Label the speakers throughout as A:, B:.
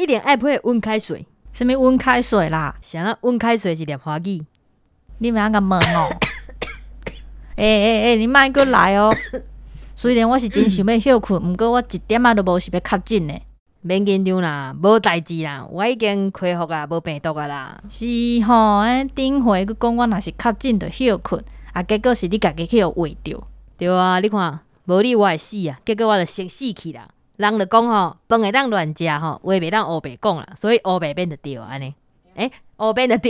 A: 一定爱配温开水。
B: 什么温开水啦？
A: 啥啊？温开水是念华语。
B: 你莫甲问哦。你莫阁来哦。虽然我是真想要休困，毋过我一点仔都无想要较紧的。
A: 免紧张啦，无代志啦，我已经恢复啊，无病毒啊啦。
B: 是吼，顶回佮讲我若是较紧就休困，结果是你家己去互喂着。
A: 对啊，你看，无你我会死啊，结果我就先死去啦。人就讲吼，饭会当乱食吼，话袂当乌白讲啦，所以乌白变就对安尼。乌变就对。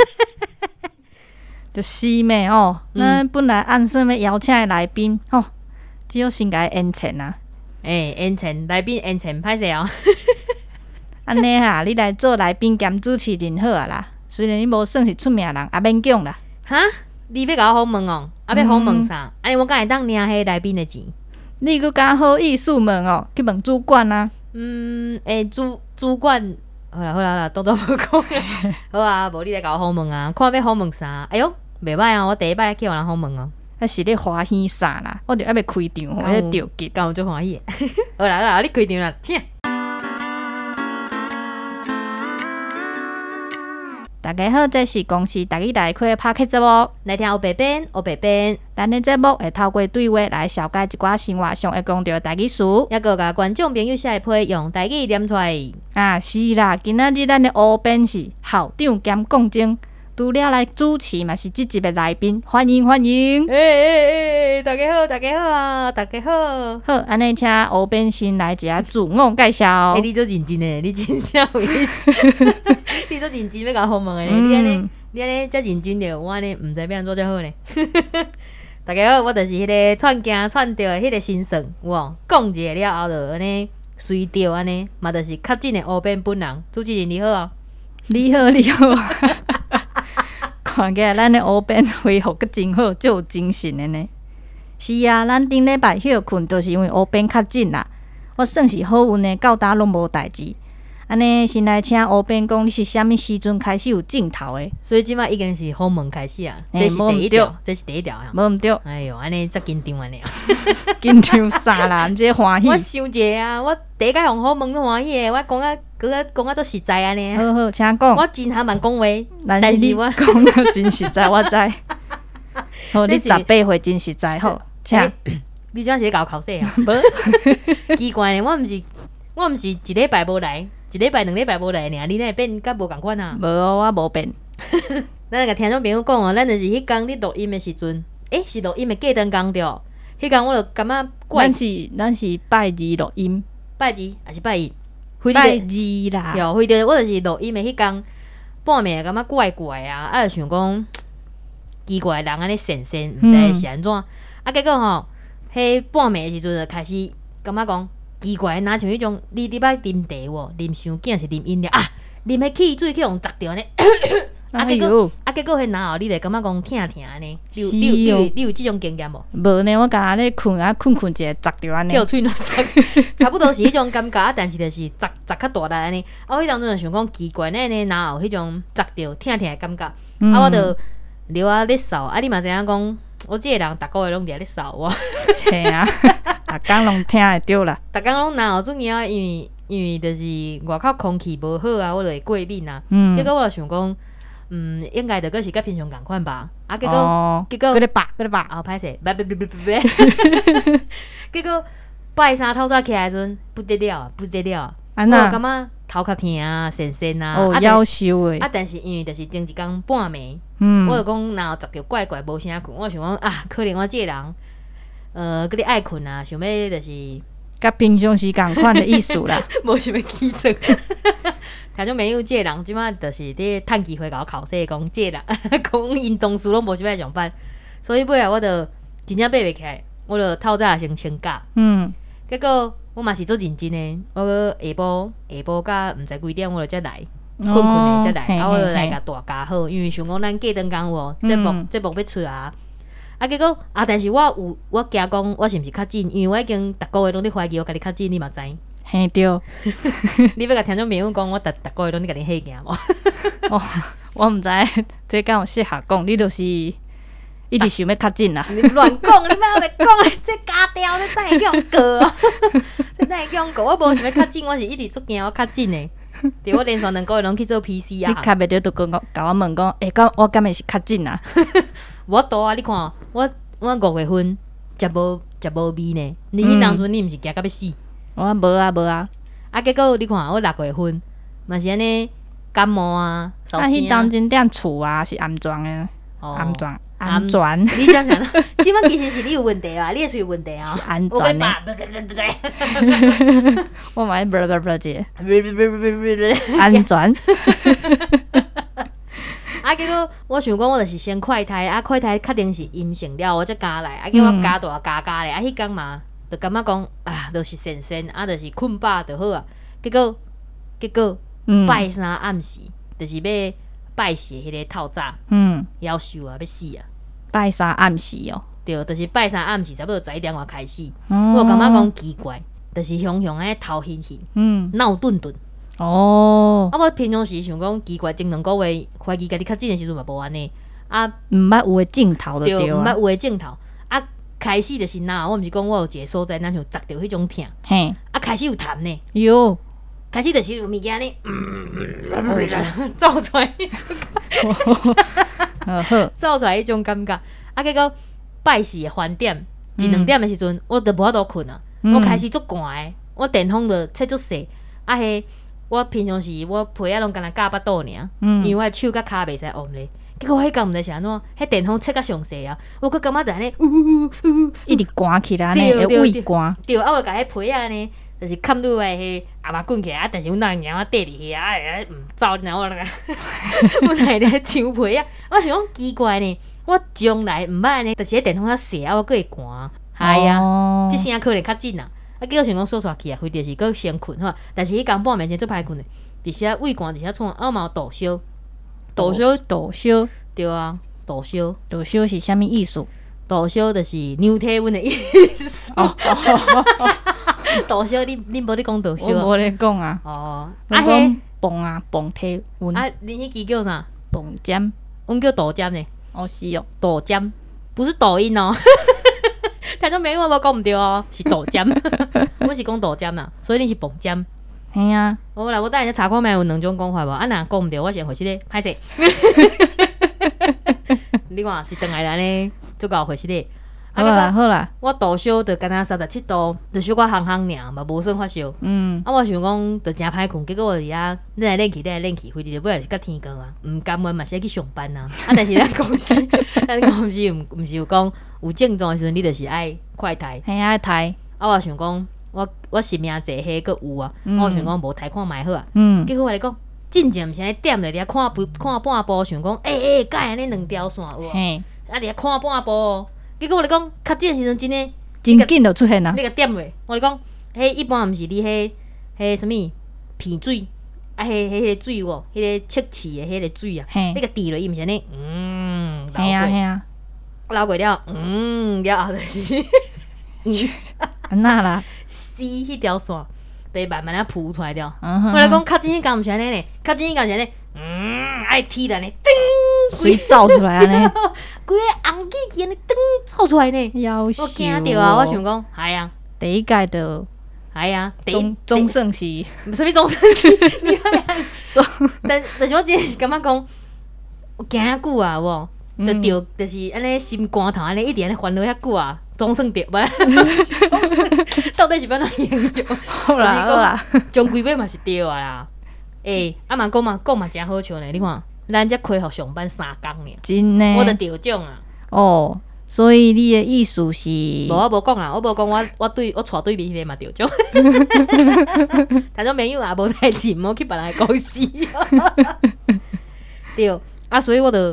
B: 就是咩哦，咱本来按算要邀请的来宾吼，只好先甲伊演钱啊。
A: 演钱来宾演钱歹势哦。
B: 安尼哈，你来做来宾兼主持人好啊啦。虽然你无算是出名人，也免讲啦。
A: 哈，你要甲我访问哦？要访问啥？安尼我敢会当领迄来宾的钱？
B: 你阁敢好意思问哦？去问主管啊？
A: 主管。好啦，当作无讲诶。好啊，无你来甲我访问啊，看要访问啥？哎哟，袂歹啊！我第一摆去互人访问哦。
B: 还是咧欢喜啥啦？我着还要开场，我咧着急，
A: 敢有足欢喜诶。好啦，你开场啦，请。
B: 大家好，这是公司台语台开的 Podcast 节目，
A: 来听黑白边。
B: 咱的节目会透过对话来了解一寡生活上会讲到的台语词，
A: 也个甲观众朋友写批用台语念出来。
B: 是啦，今仔日咱的乌边是校长兼讲经，除了来主持嘛是这集的来宾，欢迎。
A: 大家好。
B: 好，安尼请乌边先来一下自我介绍。
A: 你做认真诶，你真正有你做认真要甲我访问诶，你安尼遮认真着，我安尼毋知要安怎才好呢。大家好，我就是迄个串到诶迄个先生，有讲一了后就安尼随着安尼，嘛就是较真诶乌边本人。主持人你好啊，
B: 你好。看起来咱的乌边恢复得真好，足有精神的呢。是啊，咱顶礼拜休困，就是因为乌边较紧啦。我算是好运的，到达拢无代志。安尼先来请乌边讲，你是啥物时阵开始有镜头的？
A: 所以即摆已经是访问开始啊，这是第一条啊。
B: 无毋对。
A: 哎哟，安尼则紧张安尼啊！
B: 紧张啥啦？毋是欢喜。
A: 我想者啊，我第一届互访问都欢喜的，我讲啊足实在安尼。
B: 好，请讲。
A: 我真还蛮讲话，
B: 但是我讲啊真实在，我知。好，你18岁真实在，好，请。
A: 你怎是咧搞考试啊？
B: 无。
A: 奇怪呢，我毋是一礼拜无来。一礼拜、2礼拜无来尔，你哪会变甲无共款啊？
B: 无，我无变。
A: 咱甲听众朋友讲哦，咱就是迄天你录音的时阵，是录音的过灯工着。迄天我就感觉怪。
B: 咱是拜二录音，
A: 拜二还是拜一？
B: 拜二啦。
A: 有，非得我就是录音的迄天，半暝感觉怪怪啊，就想讲奇怪人安尼神，毋知是安怎。结果吼，迄半暝的时阵就开始感觉讲。奇怪，若像迄种，你捌啉茶无？啉伤紧是啉饮料啊？啉迄汽水去互砸着呢？结果迄然后你就感觉讲疼安尼。你有即种经验无？
B: 无呢，我刚咧困一下砸着安尼。
A: 跳喙砸，差不多是迄种感觉，但是就是砸较大力安尼。我迄当阵就想讲奇怪呢，然后迄种砸着疼的感觉。我就留咧扫。你嘛知影讲，我即个人逐个月拢伫咧扫我。
B: 是啊。逐工拢听会着啦，
A: 逐工拢哪有准个？因为就是外口空气无好啊，我就会过敏啊。结果我就想讲，应该着个是甲平常共款吧。结果，
B: 嗰啲白，
A: 歹势，结果拜三透早起来时阵，不得了。我感觉头壳疼啊，神啊。
B: 夭寿诶。
A: 但是因为就是前一天半暝，我就讲若有砸着怪无啥困，我想讲可能我这个人。嗰啲爱困啊，想要就是
B: 甲平常时共款的意思啦，
A: 无想要起床。听种朋友，这个人即摆就是伫趁机会甲我考试，讲这个人讲运动书拢无想要上班，所以尾啊，我就真正爬袂起来，我就透早先请假。结果我嘛是做认真的，我下晡甲毋知几点，我就才来困的才来，我就来甲大家好，因为想讲咱过灯工有节目要出啊。结果但是我惊讲我是毋是较紧，因为我已经逐个月拢咧怀疑我家己较紧，你嘛知？
B: 嘿对。
A: 你要甲听众朋友讲，我逐个月拢咧甲你吓惊无？
B: 我毋知这敢有适合讲，你就是一直想要较紧啦。
A: 你乱讲，你莫袂讲，这假掉，这等下叫人告哦。这等下叫人告，我无想要较紧，我是一直出惊我较紧的。 对，我连续2个月拢去做 PCR
B: 你卡袂着，就甲我问讲，我敢会是较紧啊？
A: 我多啊！你看我5月份食无味呢，你迄当阵你毋是惊到要死？
B: 我无啊，
A: 啊，结果你看我6月份嘛是安尼感冒啊，烧声
B: 迄当阵踮厝啊是安全诶，安全，
A: 你想想，即摆其实是你有问题啊，你诶喙有问题啊，
B: 是安
A: 我跟
B: 全
A: 你
B: 诶。
A: 爸，
B: 我嘛不者，安全。
A: 啊，结果我想讲，我就是先快胎，啊，快胎确定是阴性了，我才加来，啊，叫我加大加咧，啊，迄天嘛，就感觉讲啊，就是神，啊，就是困饱就好啊。结果拜三暗时，就是要拜四迄个透早，夭寿啊，要死啊！
B: 拜三暗时哦，
A: 对，就是拜三暗时差不多11点外开始，我感觉讲奇怪，就是雄安头晕，脑顿。
B: 哦，
A: 啊，我平常时想讲奇怪，前2个月怀疑家己较紧的时阵嘛无安尼，啊，
B: 毋捌有诶镜头就对啊，
A: 毋捌有诶镜头，啊，开始就是哪，我毋是讲我有一个所在，咱就砸着迄种疼，
B: 嘿，
A: 啊，开始有痰呢，
B: 哟，
A: 开始就是有物件呢，走出来，走出来迄种感觉，啊，结果拜四的翻点1-2点的时阵，我就无法度困啊，我开始足寒诶，我电风就切足细，啊迄。我平常时我被仔拢干那夹巴肚尔，因为我的手甲骹袂使往咧。结果迄工毋知是安怎，迄电风切甲上细啊，我佫感觉在安尼，
B: 一直寒起来呢，会胃寒。
A: 对，啊，我就甲迄被仔呢，就是砍入来迄阿妈滚起来，啊，但是阮老娘我缀伫遐，啊，走，然后我来，阮来咧抢被仔，我想讲奇怪呢，我从来毋捌安尼，就是迄电风较细啊，我佫会寒，哎呀，即声可能较紧啊。啊，结果想讲说煞去啊，非得是佫先困吼。但是迄工半暝前足歹困的，伫遐胃寒，伫遐创，啊嘛有肚烧，对啊，肚烧
B: 是啥物意思？
A: 肚烧就是牛体温的意思。肚烧，你无咧讲肚烧啊？
B: 我无咧讲啊。
A: 哦，
B: 啊迄磅体温。
A: 啊，恁迄支叫啥？
B: 磅尖，
A: 阮叫肚尖呢。
B: 哦是哦，
A: 肚尖，不是抖音哦。听众朋友我讲毋对哦，是肚尖，阮是讲肚尖啦，所以你是磅尖。
B: 嘿啊，
A: 好啦，我等下查看觅有2种讲法无？啊，若讲毋对，我先回去咧，歹势。你看一顿来安尼，足够回去咧。
B: 好啦，
A: 我肚烧就敢若37度，就小可烘尔，嘛无算发烧。啊，我想讲就真歹困，结果我伫遐你来练气，非得就尾也是甲天光啊，毋甘愿嘛是要去上班啊。啊，但是咱公司毋是有讲有症状的时阵，你就是爱快胎。
B: 嘿啊，胎。
A: 啊，我想讲我是命坐迄个有啊，我想讲无胎看卖好啊。结果我来讲，真正毋是安尼点咧，伫遐看半部，想讲敢安尼2条线有无？啊，伫遐看半部。结果我咧讲，较紧的时阵真诶，
B: 真紧就出现啊！
A: 你甲点落，我咧讲，迄一般毋是你迄什物鼻水，啊迄个水有，迄个切齿的迄个水啊，你甲滴落，伊毋是安尼，
B: 嘿啊，
A: 流过了，了后就是
B: 安那啦，
A: 死迄条线，就慢慢啊浮出来了。我咧讲，较紧迄工毋是安尼呢，较紧迄工是安尼，爱踢的呢，叮，
B: 水走出来安尼，
A: 规个红气气安尼，叮走出来呢。我惊着啊！我想讲，系啊，
B: 第一届就
A: 系啊，
B: 总算是，
A: 什么总算是？你但是我真是感觉讲，我惊遐久啊，有无？就是安尼心肝头安尼，一直安尼烦恼遐久啊，总算着吧？到底是要哪形容？
B: 好啦，
A: 将规尾嘛是着啊啦。啊嘛讲嘛真好笑呢，你看，咱才开学上班3工呢，
B: 真呢，
A: 我就着奖啊。
B: 哦，所以你的意思是？
A: 无我无讲啦，我无讲我带对面迄个嘛着奖。听众朋友也无代志，毋好去别人的公司。对，啊，所以我就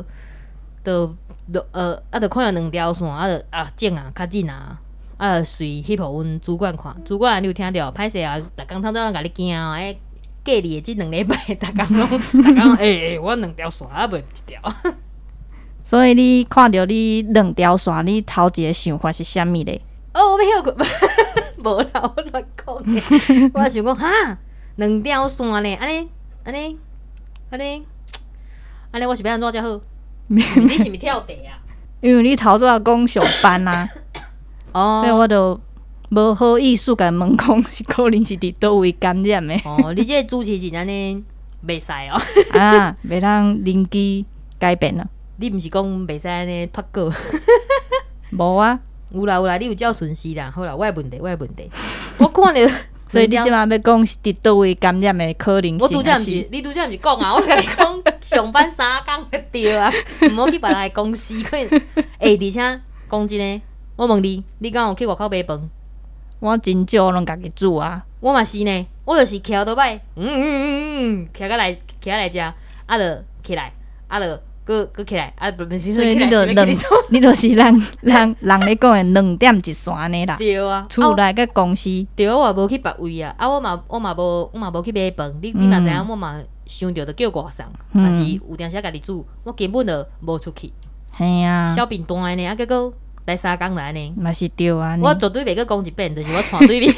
A: 看到2条线，整啊，较紧啊。随翕互阮主管看，主管你有听着？歹势啊，逐工通常甲你惊哦，隔离的即2礼拜，逐工拢我2条线啊，袂1条。
B: 所以你看到你2条线，你头一个想法是啥物咧？
A: 我要休困，无啦，我乱讲的。我想讲哈，2条线呢，安尼，我是要安怎才好？你是毋是跳地啊？
B: 因为你头拄仔讲上班啊，所以我就无好意思甲问讲是可能是伫倒位感染的。
A: 哦，你这个主持人安尼袂使哦。
B: 啊，袂当临机改变啊。
A: 你毋是讲袂使安尼脱稿？
B: 无啊，
A: 有啦有啦，你有照顺序啦。好啦，我的问题，我看着。
B: 所以你即马要讲是伫倒位感染的可能性？
A: 我拄则毋是，你拄则毋是讲啊？我甲你讲，上班3工就对啊，毋好去别人的公司。可能而且讲真诶，我问你，你敢有去外口买饭？
B: 我真少拢家己煮啊。
A: 我嘛是呢，我就是徛倒摆，徛到来食，啊，就起来，啊，就搁起来，啊，不是
B: 所以
A: 起来，
B: 你就是人咧讲的2点一线安尼啦。
A: 对啊，
B: 厝内甲公司。
A: 对，我也无去别位啊，我嘛无去买饭。你嘛知影，我嘛想着就叫外送，但是有当时家己煮，我根本就无出去。
B: 嘿啊，
A: 小便单呢，啊，结果来3工来呢。
B: 嘛是对啊。
A: 我绝对袂去讲一遍，就是我带对面。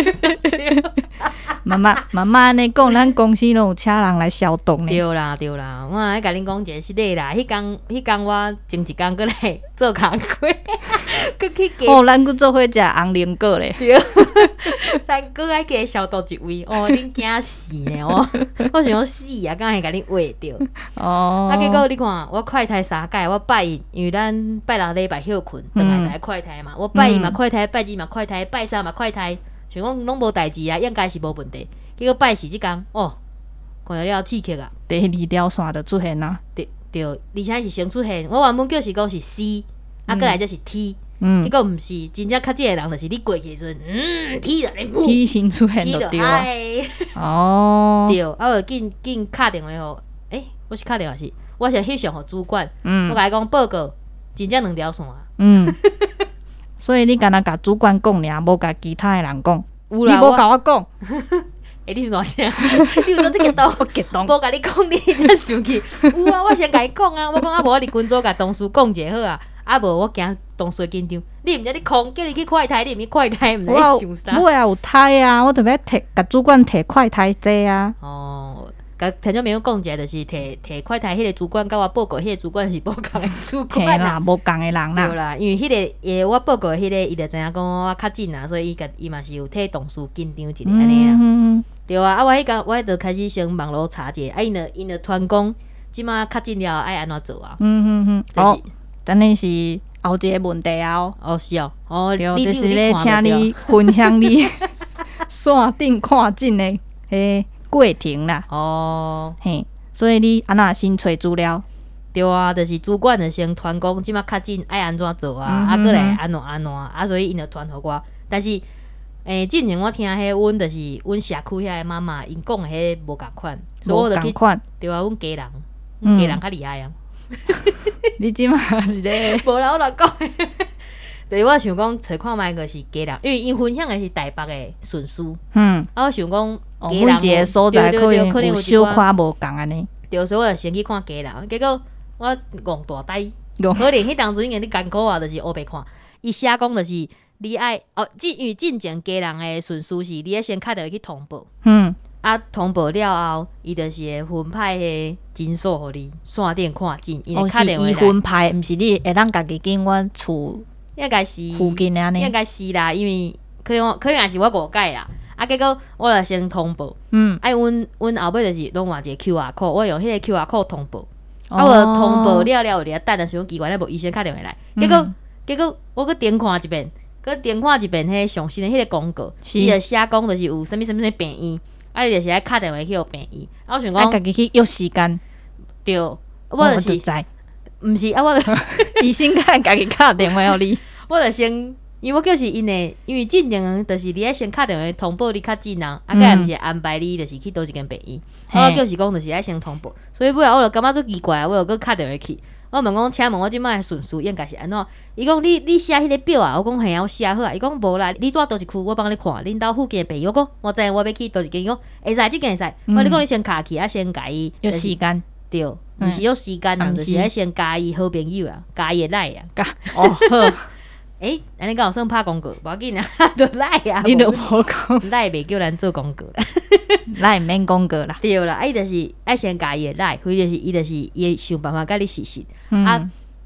B: 妈妈安尼讲，咱公司拢有请人来消毒呢。
A: 对啦，我爱甲恁讲一个实例啦。迄工我前一工过来做工课，搁去加。
B: 哦，咱搁做伙食红菱果咧。
A: 对，咱搁爱加消毒一位。哦，恁惊死呢！我想讲死啊，敢会甲恁画着。
B: 哦。
A: 啊，结果你看，我快筛3届，我拜一，因为咱拜6礼拜休困，倒来来快筛嘛。我拜一嘛快筛，拜2嘛快筛，拜3嘛快筛。想讲拢无代志啊，应该是无问题。结果拜4即工，哦，看到了刺激啊！
B: 第2条线就出现啦。
A: 对，而且是先出现。我原本叫是讲是 C， 啊，过来则是 T， 结果毋是，真正较即个人就是你过去的时阵，T 就咧噗
B: ，T 先出现就对啊。哦。
A: 对，啊，我就紧敲电话互，我是敲电话是，我是翕相互主管，我甲伊讲报告，真正2条线。
B: 所以你敢若甲主管讲尔，无甲其他的人讲。
A: 有啦，
B: 你无甲我讲。
A: 你是偌啥？你有做这激动？
B: 我激动。
A: 无甲你讲，你才生气。有啊，我先甲伊讲啊，我讲啊，无我伫群组甲同事讲者好啊，啊无我惊同事紧张。你毋知你空，叫你去快筛，你毋去快筛，毋知你想啥？
B: 我也有筛啊，我特别甲主管摕快筛剂啊。
A: 哦。甲听众朋友讲一下，就是摕快筛迄个主管甲我报告，迄个主管是无共的主管
B: 啦，无共的人啦。
A: 对啦，因为迄个我报告迄个，伊就知影讲我较紧啊，所以伊嘛是有替同事紧张一下安尼啊。对啊，啊我迄工我就开始先网络查者，啊因就传讲，即马较紧了爱安怎做啊？
B: 哦，等于是后一个问题啊。
A: 哦是哦，哦
B: 对，就是咧，请你分享你线顶看诊的迄过程啦。
A: 哦，
B: 嘿，所以你安怎先找资料？
A: 对啊，就是主管就先传讲，即马较紧爱安怎做啊？啊，过来安怎啊？所以因就传互我。但是之前我听迄阮就是阮社区遐个妈妈因讲的迄无共款，所以我就去对啊，阮家人较厉害啊。
B: 你即马是咧？
A: 无啦，我乱讲。对，我想讲找看觅个是家人，因为因分享的是台北的顺序。我想讲家人，
B: 每一个所在可能有小可无共安尼。
A: 对，所以我就先去看家人，结果我戆大呆，可能迄当阵已经你艰苦啊，就是黑白看。伊写讲就是你爱因为进前家人的顺序是，你爱先敲电话去通报。通报了后，伊就是会分派迄诊所互你线顶看诊，因为敲电话来。
B: 是伊分派，毋是你会当家己进阮厝。
A: 应该是
B: 附近安尼，
A: 应该是啦，因为可能也是我误解啦。啊，结果我就先通报。阮后尾就是拢换一个 QR code， 我用迄个 QR code 通报。啊，我通报了有伫遐等，但是我奇怪咧，无医生敲电话来。结果我搁点看一遍，迄上新的迄个广告，伊就写讲就是有啥物病院，啊，你就是爱敲电话去互病院。啊，我想讲，
B: 家己去约时间。
A: 对，
B: 我就是知。
A: 毋是啊，我就
B: 医生敢家己敲电话互你，
A: 我就先，因为我叫是因的，因为进前就是你爱先敲电话通报你较近人，啊，个毋是安排你就是去倒一间病院，我叫是讲就是爱先通报，所以尾后我就感觉足奇怪，我就搁敲电话去，我问讲，请问我即摆的顺序应该是安怎？伊讲你写迄个表啊，我讲嘿啊，我写好啊，伊讲无啦，你住倒一区，我帮你看，恁兜附近的病院，我讲我知我要去倒一间，伊讲会使即间会使，我你讲你先敲去啊，先甲伊
B: 约时间。
A: 对，毋是有时间啊，就是爱先加伊好朋友啊，加伊来啊。
B: 哦好，
A: 安尼敢有算拍广告？无要紧啊，就来啊。
B: 你都无讲，
A: 来袂叫咱做广告啦，
B: 来毋免广告啦。
A: 对啦，伊就是爱先加伊来，或者是伊就是伊会想办法甲你实施啊。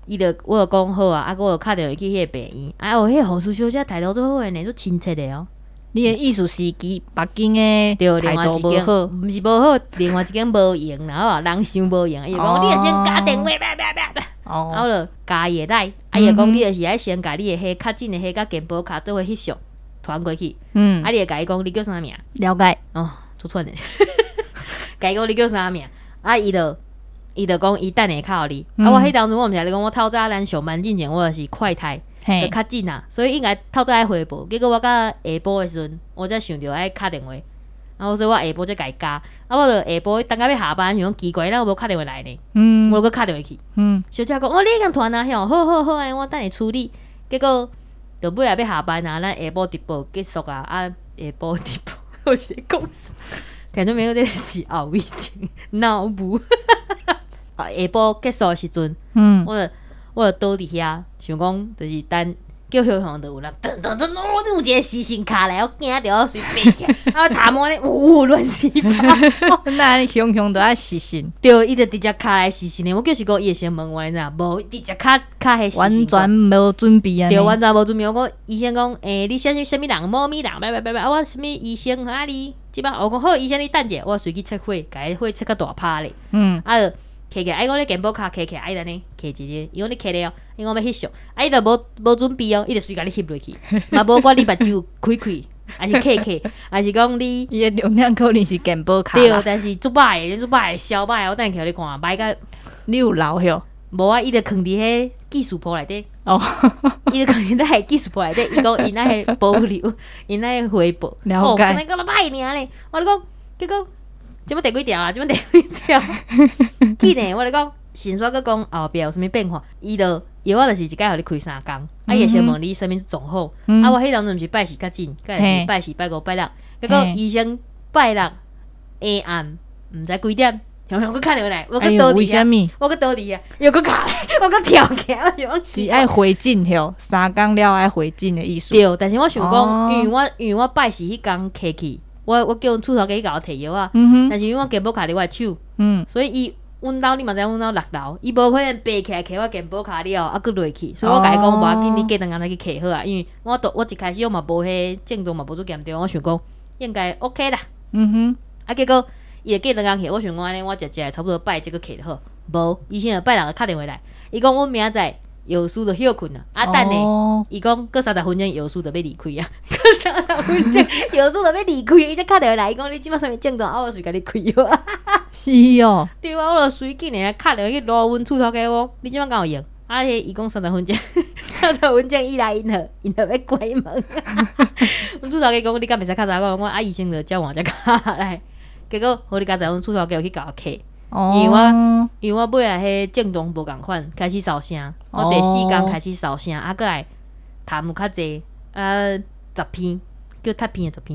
A: 我就讲好啊，我就敲电话去迄个病院，迄个护士小姐态度做好诶呢，做亲切诶哦。
B: 你的意思是北京的
A: 对，另
B: 态度
A: 外一间
B: 无好，
A: 毋是无好，另外一间无用，然后人伤无用，伊就讲你著先打电话，啊，我就加伊个伊就讲你著是爱先甲你的迄较紧的迄甲健保卡做伙翕相传过去，啊，你就甲伊讲你叫啥名？
B: 了解。
A: 哦，出串的，甲伊讲你叫啥名？啊，伊就讲伊等下敲互你，啊，我迄当阵我毋是你讲我透早咱上班进前我就是快胎。就较紧啊，所以应该透早爱回报。结果我到下晡的时阵，我才想着爱敲电话，然后所以我下晡才甲伊加。啊，我就下晡等到要下班，想讲奇怪，咱有无敲电话来呢？我就搁敲电话去。小姐讲，你已经传啊，吼，好，安尼我等下处理。结果就尾仔要下班啊，咱下晡直播结束啊，下晡直播，我是在讲啥？听众朋友，这是后尾情脑雾。下晡结束的时阵，我就倒伫遐，想讲就是等叫消防就有人，你有一个死神卡来，我惊着我随爬起来，啊，头毛咧，乱七八糟。
B: 那你熊熊都爱死神，
A: 对，伊就直接卡来死神的。我就是讲伊会先问我，你知影？无直接卡迄死神。
B: 完全无准备啊！
A: 对，完全无准备。我讲医生讲，你啥物人？猫咪人？我啥物医生啊？你即摆我讲好，医生你等者，我随去测血，甲迄血测较大拍咧。啊就。摕起来，伊讲你健保卡摕起来，伊安尼摕一个，伊讲你摕了，伊讲要翕相，伊就无准备哦，伊就随甲你翕落去，嘛无管你目睭开，还是摕，还是讲你
B: 伊的容量可能是健保卡
A: 对，但是足歹的，小歹的，我等下互你看，歹甲
B: 你有留哟？
A: 无啊，伊就囥伫迄技术簿内底，伊就囥伫迄技术簿内底，伊讲伊那个保留，伊那个回报，
B: 了解。
A: 可能讲歹尔咧，我就讲结果。即摆第几条啊？即摆第几条？去呢？我咧讲，先说佮讲后壁有啥物变化？伊我就是一摆互你开3工，伊会先问你啥物状况。我迄当阵毋是拜四较紧，佮是拜四、拜五、拜六。结果医生拜六下暗，毋知几点，向佮敲电话来，我佮倒伫遐，我佮倒伫遐，又佮敲，我佮跳起来，我想
B: 是爱回进吼，3工了爱回进的意思。
A: 对，但是我想讲，因为我拜四迄工客去。我叫厝头家去甲我摕药啊，但是因为我健保卡伫我手，所以阮兜你嘛知影，阮兜6楼，伊无可能爬起来摕我健保卡了，佮落去，所以我甲伊讲无要紧，你过2工再去摕好啊，因为我一开始我嘛无迄症状嘛无足严重，我想讲应该 OK 啦。结果伊就过2工摕，我想讲安尼我食差不多拜这个摕就好，无医生就拜6个敲电话来，伊讲阮明仔载。药师就休困了，等下伊讲过30分钟药师就要离开啊，过30分钟药师就要离开，伊才敲电话来，伊讲你即摆啥物症状，我随甲你开药啊。
B: 是哦，
A: 对啊，我就随紧诶敲电话去捞阮厝头家讲，你即摆敢有用？伊讲30分钟，30分钟以来因就要关门。阮厝头家讲你敢袂使敲查我医生就叫我才敲来，结果好你刚才阮厝头家有去甲我客。因为我尾仔迄症状无共款，开始烧声，我第4工开始烧声，过来痰有较济，10片，叫塌片的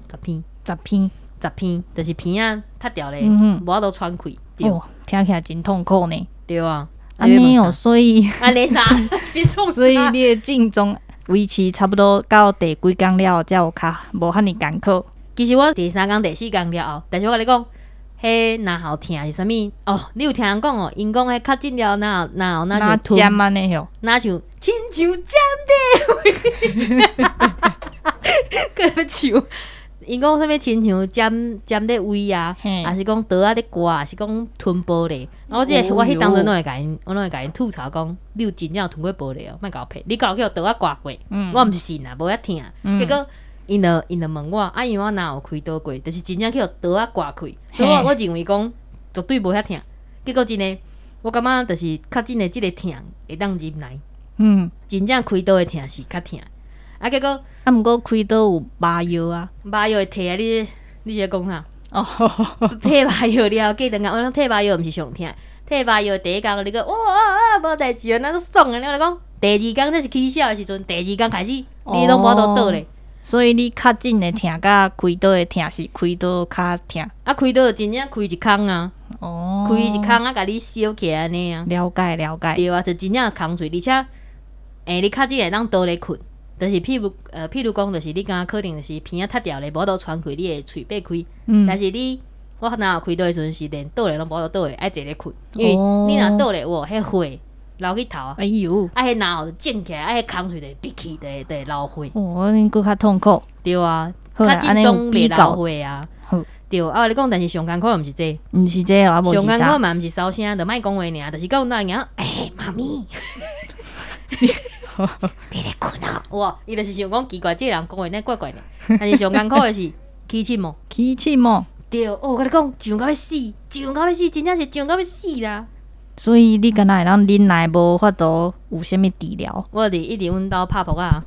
A: 10片，就是片啊塌掉咧，无法度喘气。
B: 哦，听起来真痛苦呢。
A: 对啊，
B: 安尼哦，所以
A: 安尼啥？
B: 所以你的症状维持差不多到第几工了，才有较无遐尼艰苦。
A: 其实我第3工、第4工了后，但是我甲你讲。迄若好听是啥物？哦，你有听人讲哦？因讲迄较紧了，哪像
B: 尖安尼吼，
A: 哪像亲像尖的，个像因讲啥物亲像尖的胃啊，还是讲刀啊咧刮，还是讲吞玻璃？我迄当阵拢会甲因吐槽讲，你有真正有吞过玻璃哦？莫甲我骗，你甲我去刀啊刮过，我毋是信啊，无遐疼。结果。因就问我，因为我哪有开刀过，就是真正去刀啊刮开，所以我认为讲绝对无遐疼。结果真诶，我感觉就是较真诶，即个疼会当入来。真正开刀诶疼是较疼。结果
B: 毋过开刀有麻药啊，
A: 麻药会摕啊！你是讲啥？摕麻药了，过2工，我讲摕麻药毋是上疼，摕麻药第1工你讲哇无代志啊，那都爽啊！我讲第2工这是起痟诶时阵，第2工开始你拢无法度倒咧。
B: 所以你较紧的疼，甲开刀的疼是开刀较疼。
A: 开刀真正开一空啊！开一空啊，甲你烧起来安尼啊。
B: 了解。
A: 对啊，就真正空喙，而且你较紧会当倒咧困，就是譬如讲，就是你敢可能就是鼻仔塌掉咧，无度喘气，你会喙闭开。但是我若有开刀的时阵是连倒咧拢无度倒咧，爱坐咧困，因为你若倒咧，迄血流去头啊，
B: 哎呦，
A: 迄然后就肿起来，迄空喙就会闭起，就会流血。
B: 哦，恁搁较痛苦。
A: 对啊，
B: 好啦
A: 较正宗袂流血啊。
B: 好，
A: 对，啊，我跟你讲，但是上艰苦又毋是这
B: 毋是这个，啊，无是
A: 上艰苦
B: 啥？
A: 嘛毋是烧声，就莫讲话尔，就是讲那样，妈咪，你咧困啊？哇，伊就是想讲奇怪，这个人讲话那怪怪的，但是上艰苦的是起气毛。
B: 起气毛，
A: 对，我跟你讲，上到要死，上到要死，真正是上到要死啦！
B: 所以你敢若会当忍耐，无法度有啥物治疗？
A: 我伫一直阮兜拍扑啊，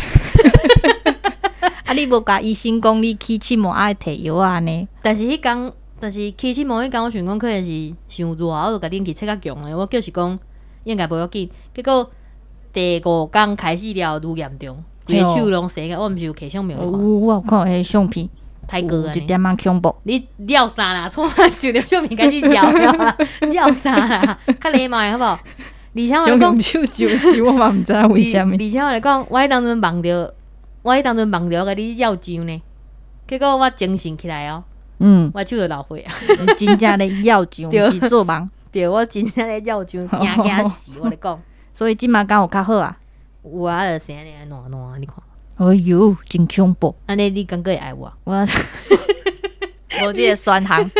B: 啊，你无甲医生讲你起气毛爱摕药啊呢？
A: 但是起气毛迄工，我想讲可能是伤热，我就甲恁去切较强的。我就是讲应该无要紧，结果第5工开始了愈严重，规个手拢生个，我毋是有摕相片看，
B: 我有看迄相片，
A: 太过啊！
B: 有一点仔恐怖。
A: 你了啥啦？错啊，想着相片赶紧了啦，了啥啦？较礼貌的好不好？而且我来讲，
B: 手就是我嘛毋知为虾米。
A: 而且我来讲，我迄当阵梦着，甲你药酒呢，结果我精神起来哦，我手就流血啊！
B: 你真正咧药酒，毋是做梦。
A: 对，我真正咧药酒，惊死！我咧讲，
B: 所以即马敢有较好啊？
A: 有啊，就生咧暖暖，你看。
B: 哎呦，真恐怖！
A: 安尼你敢个会爱我？
B: 我无即个酸行，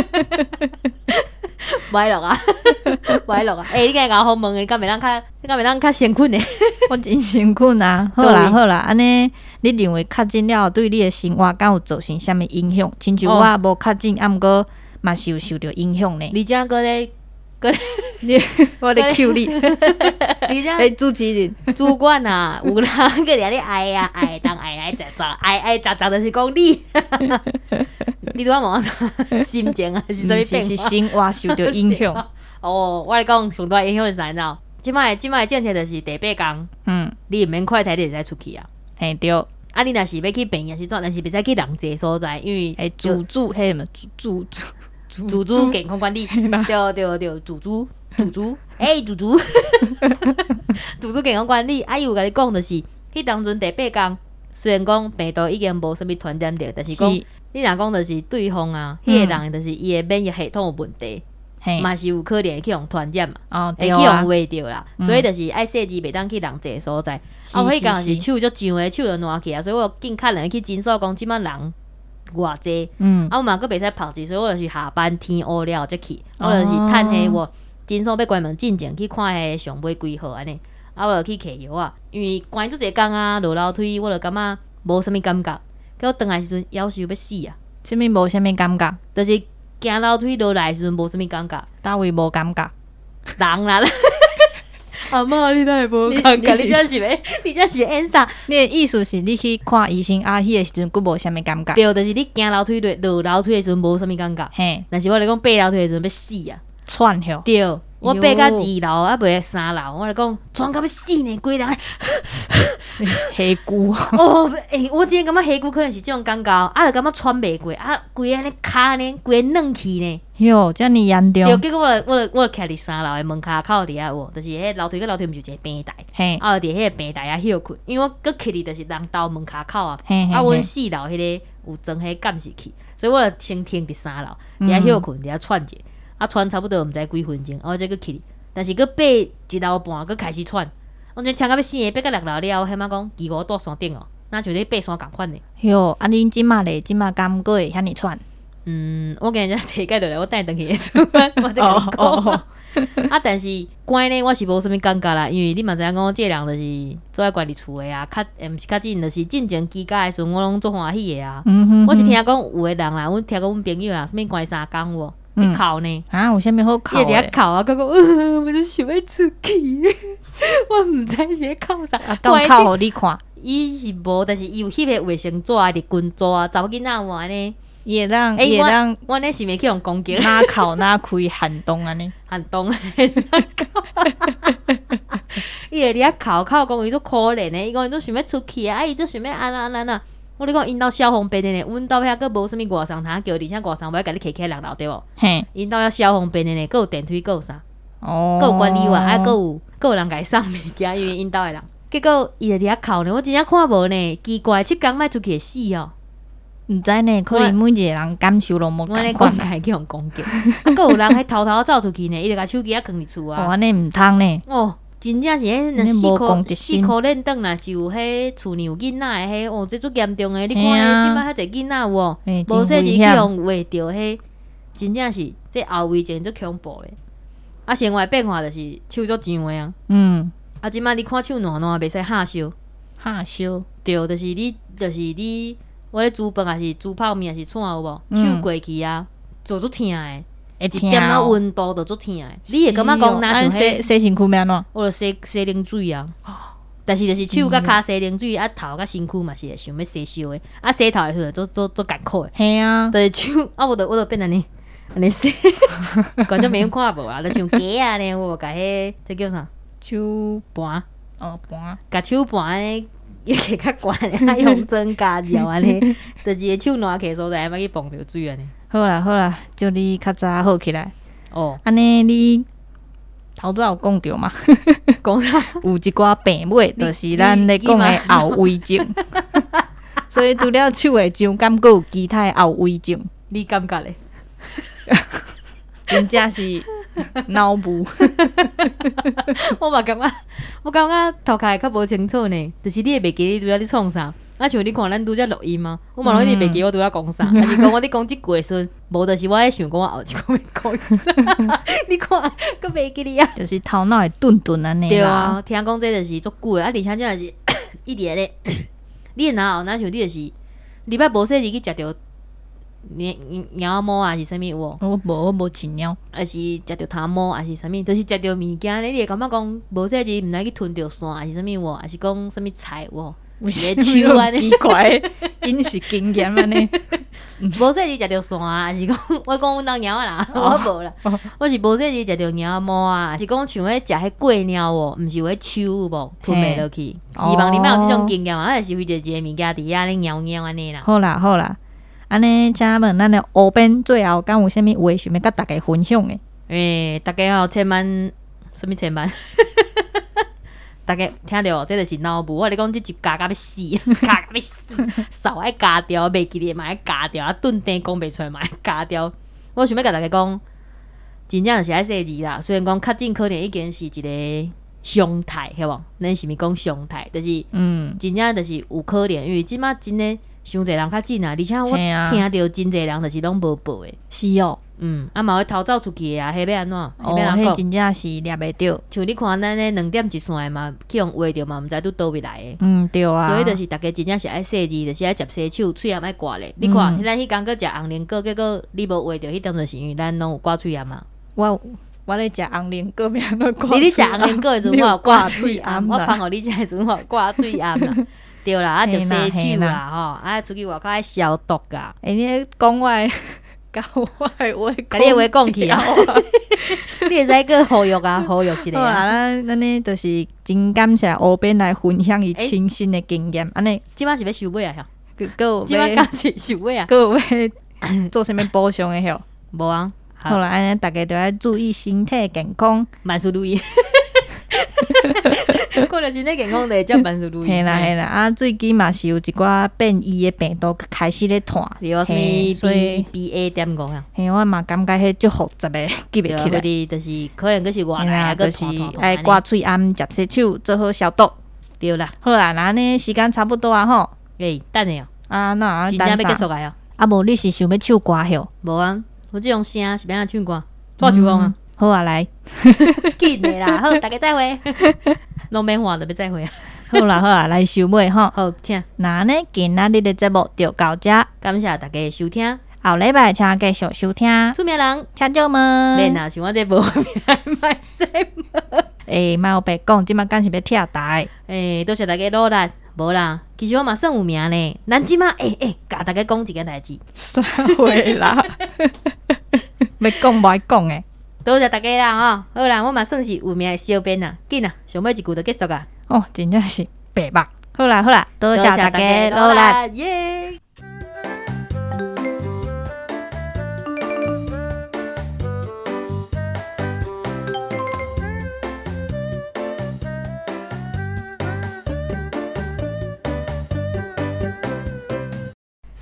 A: 歹落啊，歹落啊！你今日甲我好问的，你敢袂当较先困的？
B: 我真辛苦啊！好啦好啦，安尼你认为较诊了对你的生活敢有造成啥物影响？亲像我无较诊，啊毋过嘛是有受到影响呢。
A: 你正个咧，
B: 我咧 Q 你，
A: 你正
B: 诶，主持人，
A: 主管啊，有人个咧爱啊爱，当爱杂杂，爱杂杂，就是讲你。你拄仔问我啥心情啊？是啥物变
B: 是
A: 化？
B: 生活受到影响。
A: 哦，我来讲上大影响是啥你知道？即摆的政策就是第8工，你毋免快摕，你会使出去啊。
B: 嘿对，
A: 啊，你若是要去病院是怎？但是袂使去人济所在，因为
B: 自主迄么自
A: 主健康管理，对，自主，自主健康管理。啊，伊有甲你讲，就是迄当阵第8工，虽然讲病毒已经无啥物传染力，但是讲你若讲就是对方啊，迄个人就是伊的免疫系统有问题，嘛是有可能会去互传染嘛，会去互喂着啦。所以就是爱细致，袂当去人济所在。啊，我迄工是手足上的，手就烂起啊，所以我紧敲人去诊所讲，即摆人偌济，啊，我嘛佫袂使拍字，所以我就是下班天黑了才去，我就是趁迄我诊所要关门进前去看迄上尾几号安尼，啊，我就去摕药啊，因为关足侪工啊，落楼梯我就感觉无啥物感觉。结果转来时阵，夭寿要死啊！
B: 啥物无啥物感觉？
A: 就是行楼梯落来时阵无啥物感觉，
B: 倒位无感觉？
A: 人啦！阿嬷，你哪会无感觉？你这是演啥？
B: 你的意思是你去看医生啊？迄个时阵佫无啥物感觉？
A: 对，就是你行楼梯落楼梯的时阵无啥物感觉。
B: 嘿，
A: 但是我来讲爬楼梯的时阵要死啊！
B: 窜吼。
A: 对，我爬到2楼啊，袂3楼，我来讲喘到要死呢，规人。
B: 黑骨
A: 哦，我真感觉黑骨可能是即种感觉，啊，就感觉喘袂过，啊，规个安尼骹呢，规个软去呢。
B: 哟，遮尔严重。
A: 对，结果我徛伫3楼的门骹口伫遐有，就是迄楼梯个楼梯毋是有一个平台，啊，伫迄个平台啊休困，因为我搁徛伫就是人兜门骹口啊，啊，阮4楼迄个有装迄监视器，所以我就先停伫3楼，伫遐休困，伫遐喘者，啊，喘差不多毋知几分钟，啊，我再搁去，但是搁爬1楼半，搁开始喘。我真听到要死的，爬到6楼了，迄摆讲奇我住山顶哦，那就咧爬山共款的。
B: 哟，啊，恁即马咧，即马敢过会遐尔喘？
A: 我今日体解落来，我等转去会出门，我再甲你讲。啊，但是关呢，我是无啥物感觉啦，因为你嘛知影讲，我这人就是做爱管理厝的啊，毋是较近，就是进前居家的时阵，我拢做欢喜的啊。我是听讲有的人啦，阮听讲阮朋友啦，啥物关3工喎。你哭呢？
B: 啊，有啥物好哭的？
A: 伊伫遐哭啊，讲我就想要出去，我毋知是咧哭啥。
B: 敢有哭互你看？
A: 伊是无，但是伊有翕个卫生纸、日军纸啊，查某囡仔换呢。
B: 伊会当，
A: 我呢是袂去用攻击。
B: 哪哭哪开寒冬安尼？
A: 寒冬，伊会伫遐哭讲伊足可怜的，伊讲伊足想要出去啊，伊足想要安啊。我咧讲，因兜消防兵的呢，阮兜遐佫无啥物外送通叫，而且外送要甲你摕起6楼对无？嘿，因兜遐消防兵的呢，佫有电梯，佫有啥？哦，佫有管理员，啊，佫有人甲伊送物件，因为因兜的人。结果伊就伫遐哭呢，我真正看无呢，奇怪，7工莫出去会死哦。
B: 毋知呢，可能每一个人感受拢无共
A: 我咧
B: 款啦。
A: 讲开去互攻击，啊，佫有人还偷偷走出去呢，伊就甲手机放伫厝
B: 哦，
A: 啊。
B: 安尼毋通呢。
A: 哦，真正是迄
B: 安尼无公
A: 4
B: 德心
A: 箍链凳若是有迄厝里有囡仔的迄，哦，这足严重诶！你看
B: 嘿啊
A: 迄即摆遐侪囡仔有无？
B: 嘿
A: 无细日去
B: 真危险
A: 用画着迄，真正是这后遗症足恐怖诶。啊，生活变化就是手足痒诶啊！
B: 嗯，
A: 啊，即摆你看手烂烂，袂使哈烧，
B: 哈烧。
A: 对，就是你，我咧煮饭还是煮泡面还是串有无？
B: 嗯
A: 手过去啊，做足疼诶。
B: 会
A: 一点仔
B: 疼哦。
A: 温度就足疼诶，你会感觉讲若像迄，
B: 洗身躯要安怎？
A: 我就洗冷水啊。但是就是手甲骹洗冷水，啊头甲身躯嘛是会想要洗烧诶，啊洗头诶时阵做艰苦诶，
B: 嘿啊，
A: 就是手啊我就变安尼洗，观众朋友看无啊，就像鸡啊呢，我甲迄这叫啥
B: 手
A: 盘，
B: 盘。
A: 甲手盘安尼。伊摕较悬，啊用针加料安尼，就是手烂起所在，莫去碰着水安尼。
B: 好啦，祝你较早好起来。
A: 哦，
B: 安尼你头拄有讲着嘛？
A: 讲啥？
B: 有一寡病尾，就是咱咧讲的后遗症。所以除了手会痒，敢佫有其他的后遗症，
A: 你感觉咧？
B: 真正是脑雾。
A: 我嘛感觉，我感觉头壳会较无清楚呢。就是你会袂记你拄则咧创啥，啊像你看咱拄则录音嘛，我嘛拢一直袂记我拄则讲啥，还是讲我咧讲即句的时阵，无就是我咧想讲我后一句要讲啥。你看，佫袂记你啊？
B: 就是头脑会顿安尼啦。
A: 对啊，听讲这就是足久的，啊而且这也是一直咧。你若后若像你就是礼拜无细日去食着猫毛还是啥物有无？
B: 我无饲猫。
A: 还是食着头毛，还是啥物，就是食着物件咧，你会感觉讲无细日毋知去吞着线，还是啥物有无？还是讲啥物菜有无？
B: 有
A: 一个手安尼
B: 奇怪的饮食经验安尼。
A: 无细日食着线啊，还是讲我讲阮兜猫啊啦，我无啦，我是无细日食着猫毛啊，还是讲像迄食迄过猫哦，毋是有迄手有无吞袂落去。希望你莫有即种经验啊，还是为着一个物件伫遐咧猫猫安尼啦。
B: 好啦，安尼请问咱的后边最后敢有啥物话想要甲大家分享的？
A: 大家吼千万，什物千万？大家听着，这就是脑雾。我咧讲，即集加到要死，加到要死，扫爱加掉，袂记哩嘛爱加掉，啊顿定讲袂出来嘛爱加掉。我想要甲大家讲，真正就是爱细字啦。虽然讲较近可能已经是一个常态，晓无？咱是物讲常态，就是真正就是有可能，因为即马真诶伤侪人较近啊，而且我听着真侪人就是拢无报诶。
B: 是哦。
A: 嘛会偷走出去啊，迄要安怎？
B: 迄真正是抓袂着。
A: 像你看咱咧2点一线的嘛，去用画着嘛，毋知拄倒位来的。
B: 对啊。
A: 所以就是大家真正是爱细致，就是爱接洗手，喙也爱刮咧。你看，咱迄工去食红莲糕，结果你无画着，迄当就是因为咱拢有刮喙炎嘛。
B: 我咧食红莲糕，免安怎刮。
A: 你食红莲糕的时阵，我有刮喙炎，我芳互你食的时阵，我有刮喙炎啦。对啦，啊，接洗手啦，吼，啊，出去外口爱消毒噶。
B: 你讲我的。甲我的话，
A: 甲你的话讲去啊！你会使个呼吁啊，呼吁一下。
B: 好啦，咱呢就是真感谢乌边来分享伊亲身的经验。安尼，
A: 即摆是要收尾啊？
B: 个
A: 即摆刚是收尾啊？
B: 个有要做啥物补充的吼？
A: 无啊。
B: 好啦，安尼大家都要注意身体健康，
A: 万事如意。看着身体健康，就会叫万事如意。
B: 嘿啦，啊，最近嘛是有一寡变异的病毒开始咧传，
A: 对啊，什么 BA.5 啊？
B: 嘿，我嘛感觉迄足复杂的，记袂起来。
A: 对，就是可能佫是外来啊，
B: 就是爱刮喙暗、食洗手，做好消毒。
A: 对啦，
B: 好啦，那呢时间差不多啊吼。
A: 等下哦。
B: 啊，那
A: 真正要结束啊？
B: 啊，无你是想要唱歌吼？
A: 无啊，我即种声是要安怎唱歌？抓球风啊！
B: 好啊，来，
A: 紧的啦，好，大家再会。拢免话，就要再会啊。
B: 好啦，来收尾吼。
A: 好，请。
B: 那呢，今仔日的节目就到这，
A: 感谢大家的收听。
B: 后礼拜请继续收听。
A: 出名人，
B: 请酒们。
A: 免啦，像我这无名，卖什么？
B: 莫有白讲，即马敢是要跳台。
A: 多谢大家努力。无啦，其实我嘛算有名呢。咱即马甲大家讲一件代志。
B: 啥话啦？要讲无爱讲诶。
A: 多谢大家啦吼，好啦，我嘛算是有名的小编啦，紧啦，上尾一句就结束啊。
B: 哦，真正是白目。好啦，多谢大家努力，
A: 耶！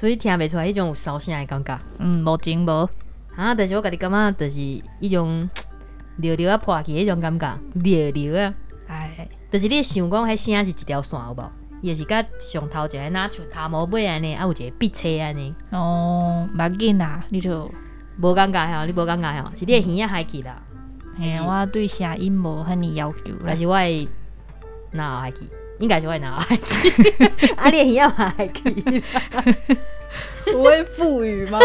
A: 所以听袂出来迄种有烧声的感觉。
B: 无情无。
A: 啊，但是我家己感觉，就是迄种尿尿啊破去迄种感觉，尿尿啊，
B: 哎，
A: 就是你想讲迄声是一条线有无？伊也是甲上头一个若像头毛尾安尼，啊有一个笔车安尼。
B: 哦，目紧啦，你就
A: 无感觉吼，你无感觉吼，是你的耳仔害去啦。
B: 嘿，我对声音无遐尼要求啦
A: 还。是我的脑害去，应该是我的脑害去。啊，你的耳仔嘛害去。
B: 不会腹语吗？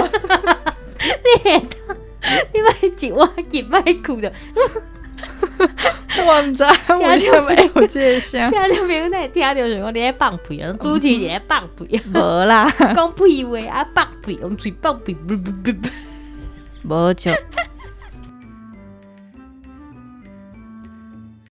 A: 你莫一碗入歹裤着，
B: 我唔知为什么会有这个声。
A: 听着朋友那听着想讲你在放屁啊，主持人在放屁啊，
B: 无啦，
A: 讲屁话啊放屁，用嘴放屁，
B: 无就